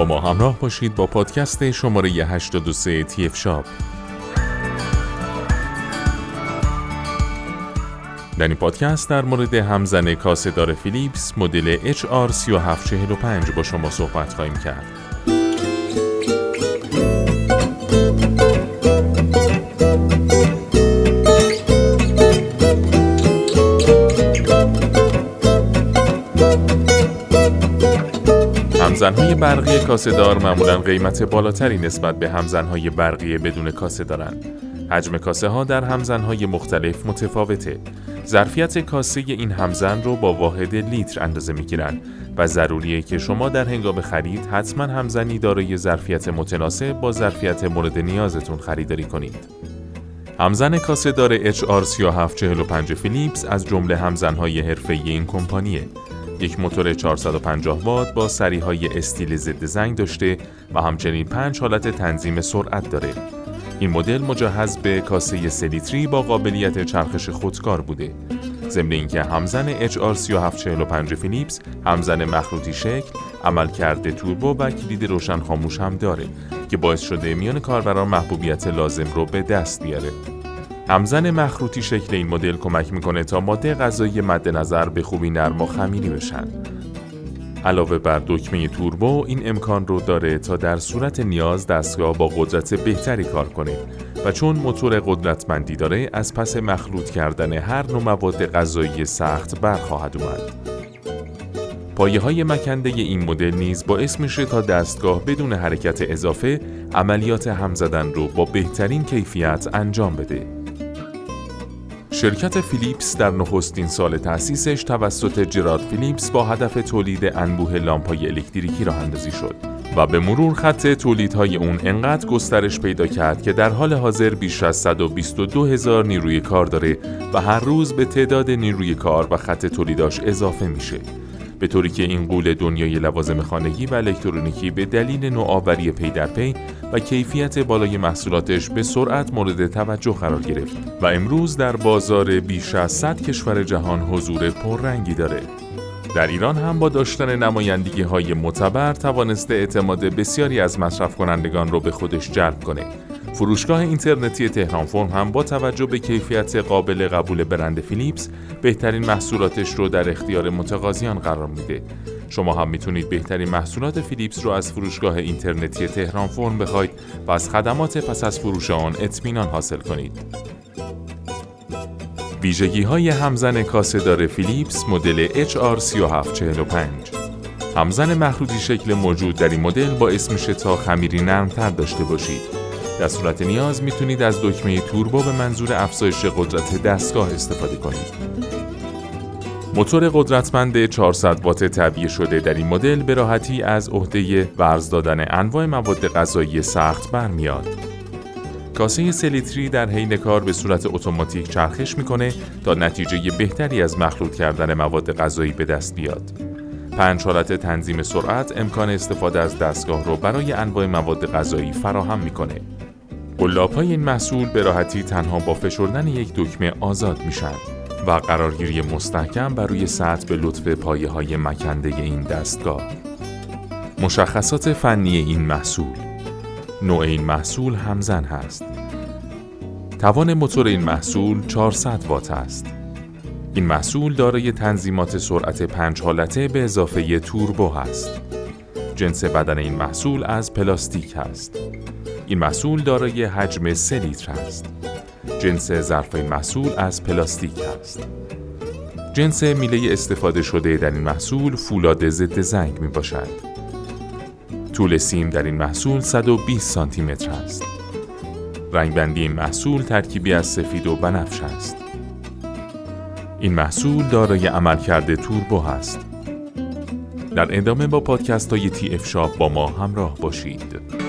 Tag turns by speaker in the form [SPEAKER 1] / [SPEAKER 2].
[SPEAKER 1] با ما همراه باشید با پادکست شماره 83 TF شاپ. در این پادکست در مورد همزن کاسه‌دار فیلیپس مدل HR3745 با شما صحبت خواهیم کرد. همزن‌های برقی کاسه‌دار معمولاً قیمت بالاتری نسبت به همزن‌های برقی بدون کاسه دارند. حجم کاسه‌ها در همزن‌های مختلف متفاوته. ظرفیت کاسه این همزن رو با واحد لیتر اندازه می‌گیرن و ضروریه که شما در هنگام خرید حتما همزنی دارای ظرفیت متناسب با ظرفیت مورد نیازتون خریداری کنید. همزن کاسه‌دار HR3745 فیلیپس از جمله همزن‌های حرفه‌ای این کمپانیه. یک موتور 450 وات با سری‌های استیل ضد زنگ داشته و همچنین 5 حالت تنظیم سرعت داره. این مدل مجهز به کاسه 3 لیتری با قابلیت چرخش خودکار بوده. ضمن اینکه همزن HR3745 فیلیپس همزن مخروطی شکل، عملکرد توربو و کلید روشن خاموش هم داره که باعث شده میان کاربران محبوبیت لازم رو به دست بیاره. همزن مخروطی شکل این مدل کمک میکنه تا ماده غذایی مد نظر به خوبی نرم و خمیری بشن. علاوه بر دکمه توربو این امکان رو داره تا در صورت نیاز دستگاه با قدرت بهتری کار کنه و چون موتور قدرتمندی داره از پس مخلوط کردن هر نوع مواد غذایی سخت برخواهد اومد. پایه‌های مکنده این مدل نیز باعث میشه تا دستگاه بدون حرکت اضافه عملیات هم زدن رو با بهترین کیفیت انجام بده. شرکت فیلیپس در نخستین سال تأسیسش توسط جرارد فیلیپس با هدف تولید انبوه لامپ‌های الکتریکی راه اندازی شد و به مرور خط تولیدهای اون انقدر گسترش پیدا کرد که در حال حاضر بیش از 122,000 نیروی کار داره و هر روز به تعداد نیروی کار و خط تولیداش اضافه میشه، به طوری که این غول دنیای لوازم خانگی و الکترونیکی به دلیل نوآوری پی در پی و کیفیت بالای محصولاتش به سرعت مورد توجه قرار گرفت و امروز در بازار بیش از 100 کشور جهان حضور پررنگی داره. در ایران هم با داشتن نمایندگی‌های معتبر توانسته اعتماد بسیاری از مصرف کنندگان رو به خودش جلب کنه. فروشگاه اینترنتی تهران فرم هم با توجه به کیفیت قابل قبول برند فیلیپس بهترین محصولاتش رو در اختیار متقاضیان قرار میده. شما هم میتونید بهترین محصولات فیلیپس رو از فروشگاه اینترنتی تهران فرم بخواید و از خدمات پس از فروش آن اطمینان حاصل کنید. ویژگی‌های همزن کاسه‌دار فیلیپس مدل HR3745. همزن مخروطی شکل موجود در این مدل باعث میشه تا خمیری نرمتر داشته باشید. در صورت نیاز میتونید از دکمه توربو به منظور افزایش قدرت دستگاه استفاده کنید. موتور قدرتمند 400 وات تعبیه شده در این مدل به راحتی از عهده ورز دادن انواع مواد غذایی سخت برمیاد. کاسه 3 لیتری در حین کار به صورت اتوماتیک چرخش میکنه تا نتیجه بهتری از مخلوط کردن مواد غذایی به دست بیاد. 5 حالت تنظیم سرعت امکان استفاده از دستگاه رو برای انواع مواد غذایی فراهم میکنه. قلاب‌های این محصول به راحتی تنها با فشردن یک دکمه آزاد میشن و قرارگیری مستحکم بر روی سطح به لطف پایه‌های مکنده این دستگاه. مشخصات فنی این محصول: نوع این محصول همزن هست. توان موتور این محصول 400 وات است. این محصول دارای تنظیمات سرعت 5 حالته به اضافه توربو هست. جنس بدن این محصول از پلاستیک است. این محصول دارای حجم 3 لیتر است. جنس ظرف این محصول از پلاستیک است. جنس میله استفاده شده در این محصول فولاد ضد زنگ می باشد. طول سیم در این محصول 120 سانتی متر است. رنگ بندی این محصول ترکیبی از سفید و بنفش است. این محصول دارای عملکرد توربو است. در ادامه با پادکست های TF شاپ با ما همراه باشید.